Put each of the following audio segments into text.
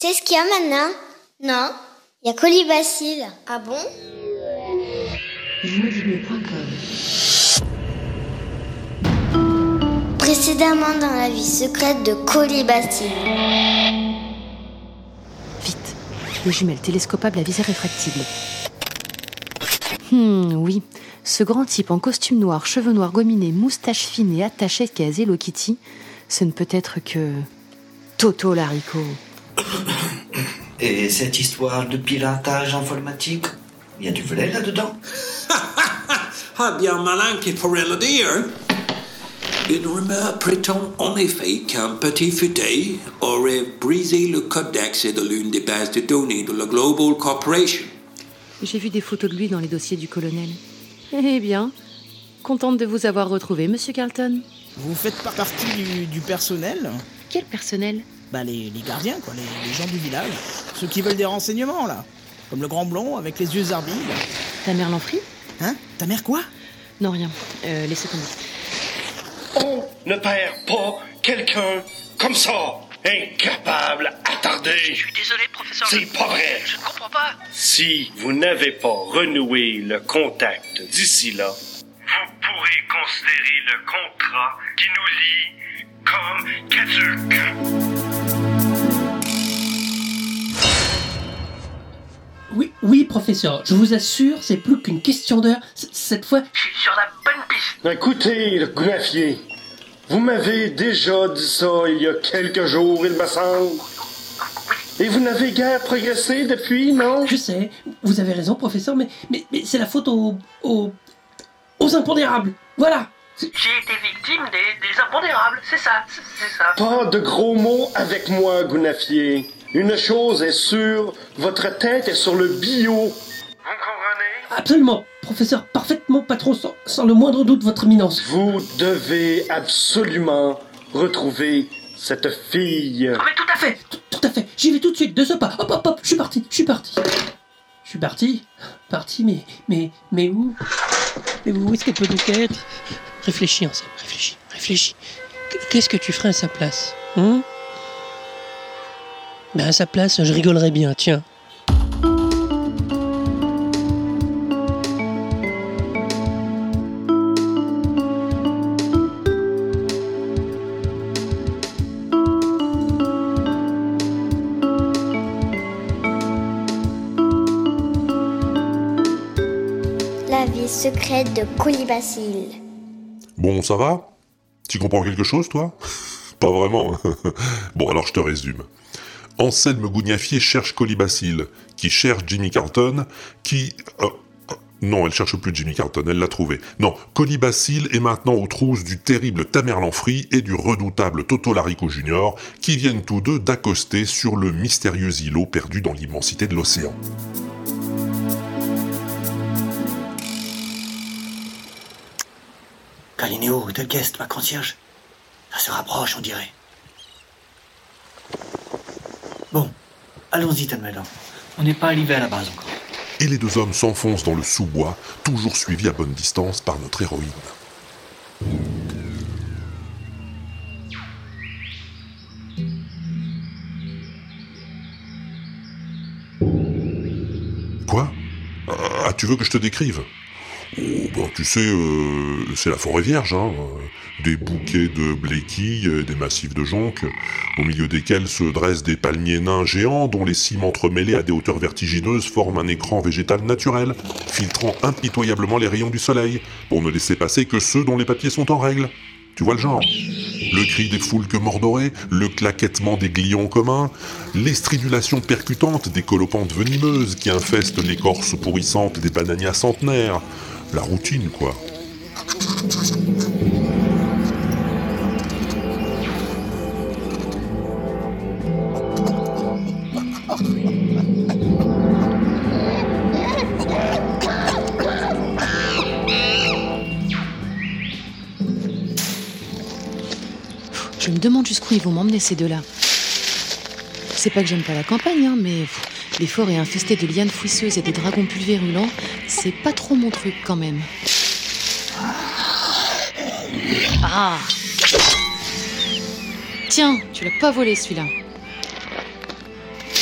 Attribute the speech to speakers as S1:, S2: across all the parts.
S1: C'est ce qu'il y a maintenant? Non, il y a Colibacille. Ah bon? Précédemment dans la vie secrète de Colibacille.
S2: Vite, les jumelles télescopables à visée réfractible. Oui, ce grand type en costume noir, cheveux noirs gominés, moustache fine et attaché qu'à Hello Kitty, ce ne peut être que Toto Larrico.
S3: Et cette histoire de piratage informatique, il y a du vrai là-dedans?
S4: Ah bien malin qu'il pourrait le dire. Une rumeur prétend en effet qu'un petit futé aurait brisé le code d'accès de l'une des bases de données de la Global Corporation.
S2: J'ai vu des photos de lui dans les dossiers du colonel. Eh bien, contente de vous avoir retrouvé, monsieur Carlton.
S5: Vous faites partie du personnel?
S2: Quel personnel?
S5: Les gardiens, quoi, les gens du village. Ceux qui veulent des renseignements, là. Comme le grand blond avec les yeux arbiles.
S2: Ta mère l'enfrie?
S5: Hein? Ta mère quoi?
S2: Non, rien. Laissez tomber.
S6: On ne perd pas quelqu'un comme ça, incapable, attardé.
S7: Je suis désolé, professeur.
S6: C'est pas vrai.
S7: Je ne comprends pas.
S6: Si vous n'avez pas renoué le contact d'ici là, vous pourrez considérer le contrat qui nous lie comme caduc.
S8: Oui, professeur, je vous assure, c'est plus qu'une question d'heure. Cette fois...
S7: Je suis sur la bonne piste.
S6: Écoutez, le greffier, vous m'avez déjà dit ça il y a quelques jours, il me semble. Et vous n'avez guère progressé depuis, non?
S8: Je sais, vous avez raison, professeur, mais c'est la faute aux impondérables. Voilà.
S7: J'ai été victime des impondérables, c'est ça.
S6: Pas de gros mots avec moi, Gounafier. Une chose est sûre, votre tête est sur le bio. Vous comprenez?
S8: Absolument, professeur, parfaitement, patron, sans le moindre doute, votre éminence.
S6: Vous devez absolument retrouver cette fille.
S7: Oh, mais tout à fait.
S8: Tout à fait, j'y vais tout de suite, de ce pas. Hop, je suis parti. Parti, mais où? Mais où est-ce qu'elle peut donc être? Réfléchis, Anselme, réfléchis. Qu'est-ce que tu ferais à sa place? À sa place, je rigolerais bien, tiens.
S1: La vie secrète de Colibacille.
S9: Bon, ça va? Tu comprends quelque chose, toi? Pas vraiment. Bon, alors je te résume. Anselme Gounafier cherche Colibacille, qui cherche Jimmy Carlton, Non, elle cherche plus Jimmy Carlton, elle l'a trouvé. Non, Colibacille est maintenant aux trousses du terrible Tamerlan Free et du redoutable Toto Larrico Jr., qui viennent tous deux d'accoster sur le mystérieux îlot perdu dans l'immensité de l'océan.
S3: Galinéo, Hôtel Guest, ma concierge. Ça se rapproche, on dirait. Bon, allons-y, Talmadon. On n'est pas arrivé à la base encore.
S9: Et les deux hommes s'enfoncent dans le sous-bois, toujours suivis à bonne distance par notre héroïne. Quoi? Ah, tu veux que je te décrive? Oh, tu sais, c'est la forêt vierge, hein. Des bouquets de bléquilles, des massifs de joncs, au milieu desquels se dressent des palmiers nains géants dont les cimes entremêlées à des hauteurs vertigineuses forment un écran végétal naturel, filtrant impitoyablement les rayons du soleil, pour ne laisser passer que ceux dont les papiers sont en règle. Tu vois le genre? Le cri des foulques mordorées, le claquettement des glions communs, les stridulations percutantes des colopantes venimeuses qui infestent l'écorce pourrissante des bananias centenaires. La routine, quoi.
S2: Je me demande jusqu'où ils vont m'emmener ces deux-là. C'est pas que j'aime pas la campagne, hein, mais les forêts infestées de lianes fouisseuses et de dragons pulvérulents, c'est pas trop mon truc quand même. Ah! Tiens, tu l'as pas volé celui-là.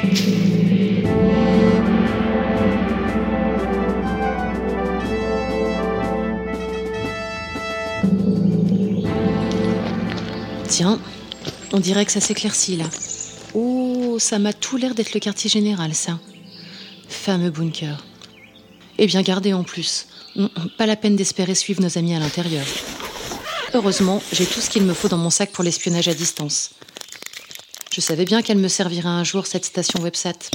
S2: Tiens, on dirait que ça s'éclaircit là. Oh, ça m'a tout l'air d'être le quartier général, ça. Fameux bunker. Et bien gardé en plus. Pas la peine d'espérer suivre nos amis à l'intérieur. Heureusement, j'ai tout ce qu'il me faut dans mon sac pour l'espionnage à distance. Je savais bien qu'elle me servirait un jour, cette station Websat.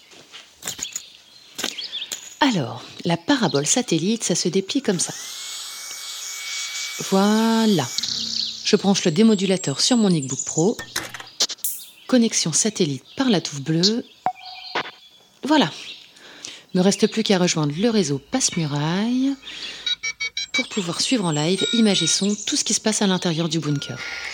S2: Alors, la parabole satellite, ça se déplie comme ça. Voilà. Je branche le démodulateur sur mon MacBook Pro. Connexion satellite par la touffe bleue. Voilà. Me reste plus qu'à rejoindre le réseau Passe-Muraille pour pouvoir suivre en live, images et son, tout ce qui se passe à l'intérieur du bunker.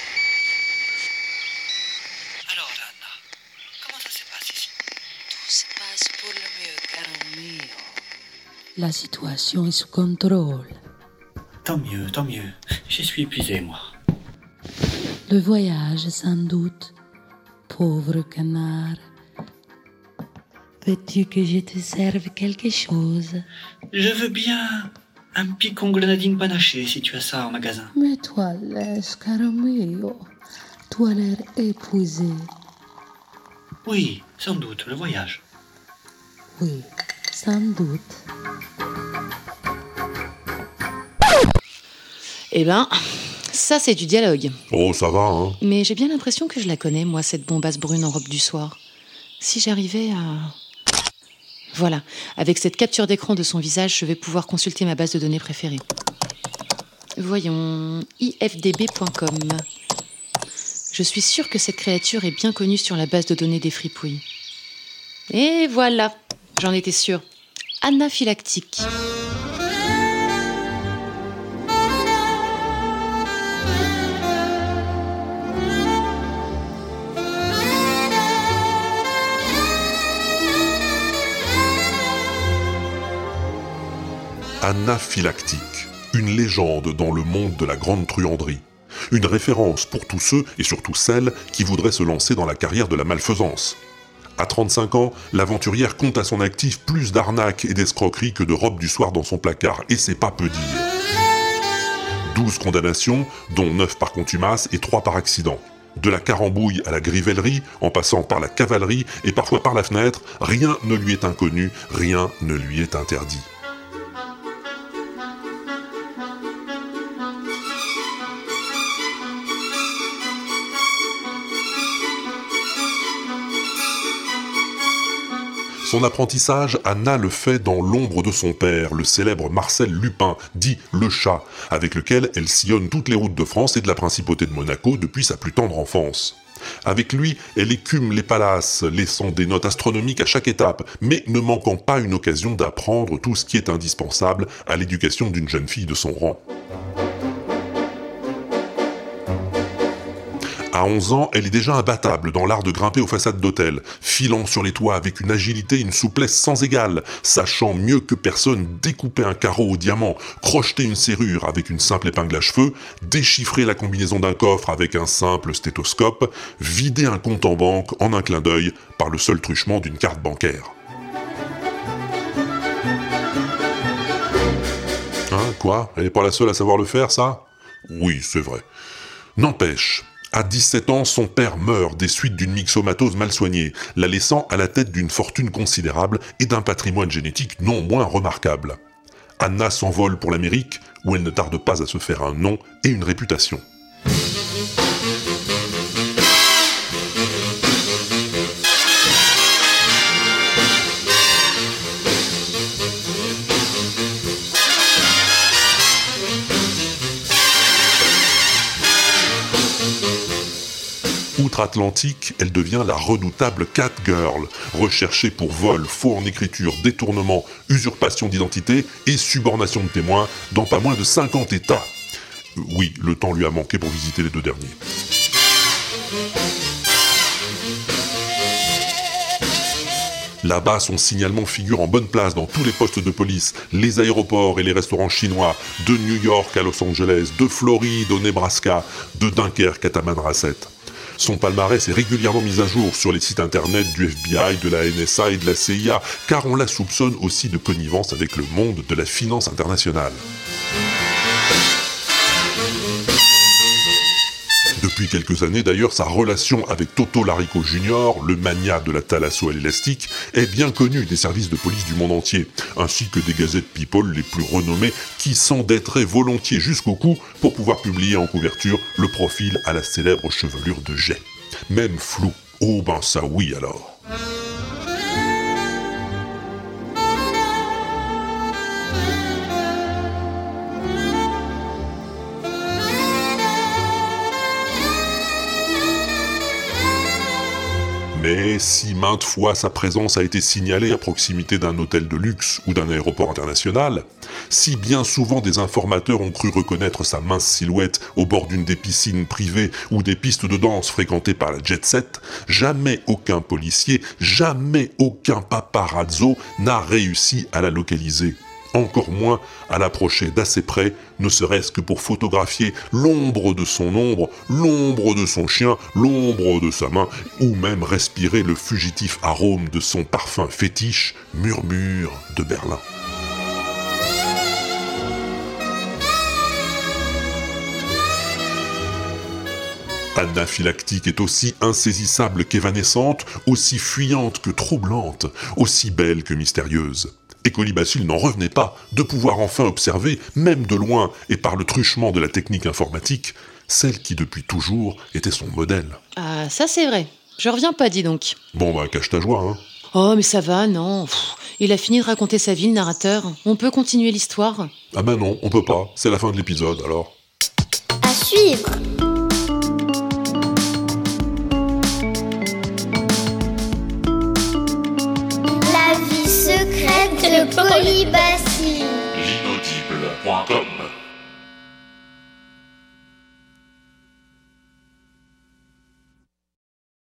S10: Alors, Anna, comment ça se passe ici? Tout se passe pour le mieux, caro mio. La situation est sous contrôle.
S3: Tant mieux, tant mieux. Je suis épuisé, moi.
S10: Le voyage, sans doute. Pauvre canard. Veux-tu que je te serve quelque chose?
S3: Je veux bien un picon grenadine panaché, si tu as ça en magasin.
S10: Mais toi, laisse, caro mio. Tu as l'air épuisé.
S3: Oui, sans doute, le voyage.
S10: Oui, sans doute.
S2: Eh ben, ça c'est du dialogue.
S9: Oh, ça va, hein.
S2: Mais j'ai bien l'impression que je la connais, moi, cette bombasse brune en robe du soir. Si j'arrivais à... Voilà, avec cette capture d'écran de son visage, je vais pouvoir consulter ma base de données préférée. Voyons, ifdb.com. Je suis sûre que cette créature est bien connue sur la base de données des fripouilles. Et voilà, j'en étais sûre. Anaphylactique.
S9: Anaphylactique, une légende dans le monde de la grande truanderie. Une référence pour tous ceux, et surtout celles, qui voudraient se lancer dans la carrière de la malfaisance. À 35 ans, l'aventurière compte à son actif plus d'arnaques et d'escroqueries que de robes du soir dans son placard, et c'est pas peu dire. 12 condamnations, dont 9 par contumace et 3 par accident. De la carambouille à la grivellerie, en passant par la cavalerie et parfois par la fenêtre, rien ne lui est inconnu, rien ne lui est interdit. Son apprentissage, Anna le fait dans l'ombre de son père, le célèbre Marcel Lupin, dit le chat, avec lequel elle sillonne toutes les routes de France et de la principauté de Monaco depuis sa plus tendre enfance. Avec lui, elle écume les palaces, laissant des notes astronomiques à chaque étape, mais ne manquant pas une occasion d'apprendre tout ce qui est indispensable à l'éducation d'une jeune fille de son rang. À 11 ans, elle est déjà imbattable dans l'art de grimper aux façades d'hôtels, filant sur les toits avec une agilité et une souplesse sans égale, sachant mieux que personne découper un carreau au diamant, crocheter une serrure avec une simple épingle à cheveux, déchiffrer la combinaison d'un coffre avec un simple stéthoscope, vider un compte en banque en un clin d'œil par le seul truchement d'une carte bancaire. Hein, quoi? Elle n'est pas la seule à savoir le faire, ça? Oui, c'est vrai. N'empêche... À 17 ans, son père meurt des suites d'une myxomatose mal soignée, la laissant à la tête d'une fortune considérable et d'un patrimoine génétique non moins remarquable. Anna s'envole pour l'Amérique, où elle ne tarde pas à se faire un nom et une réputation. Outre-Atlantique, elle devient la redoutable Cat Girl, recherchée pour vol, faux en écriture, détournement, usurpation d'identité et subornation de témoins dans pas moins de 50 États. Oui, le temps lui a manqué pour visiter les 2 derniers. Là-bas, son signalement figure en bonne place dans tous les postes de police, les aéroports et les restaurants chinois, de New York à Los Angeles, de Floride au Nebraska, de Dunkerque à Tamanrasset. Son palmarès est régulièrement mis à jour sur les sites internet du FBI, de la NSA et de la CIA, car on la soupçonne aussi de connivence avec le monde de la finance internationale. Depuis quelques années d'ailleurs, sa relation avec Toto Larrico Jr., le magnat de la thalasso à l'élastique, est bien connue des services de police du monde entier, ainsi que des gazettes people les plus renommées qui s'endetteraient volontiers jusqu'au cou pour pouvoir publier en couverture le profil à la célèbre chevelure de jet. Même flou. Oh ben ça oui alors. Mais si maintes fois sa présence a été signalée à proximité d'un hôtel de luxe ou d'un aéroport international, si bien souvent des informateurs ont cru reconnaître sa mince silhouette au bord d'une des piscines privées ou des pistes de danse fréquentées par la jet-set, jamais aucun policier, jamais aucun paparazzo n'a réussi à la localiser. Encore moins à l'approcher d'assez près, ne serait-ce que pour photographier l'ombre de son ombre, l'ombre de son chien, l'ombre de sa main, ou même respirer le fugitif arôme de son parfum fétiche, Murmure de Berlin. Anaphylactique est aussi insaisissable qu'évanescente, aussi fuyante que troublante, aussi belle que mystérieuse. Et Colibacille n'en revenait pas de pouvoir enfin observer, même de loin et par le truchement de la technique informatique, celle qui depuis toujours était son modèle.
S2: Ah, ça c'est vrai. Je reviens pas, dis donc.
S9: Bon bah, cache ta joie, hein.
S2: Oh, mais ça va, non. Il a fini de raconter sa vie, le narrateur. On peut continuer l'histoire.
S9: Ah ben non, on peut pas. C'est la fin de l'épisode, alors.
S1: À suivre. La vie secrète de Colibacille.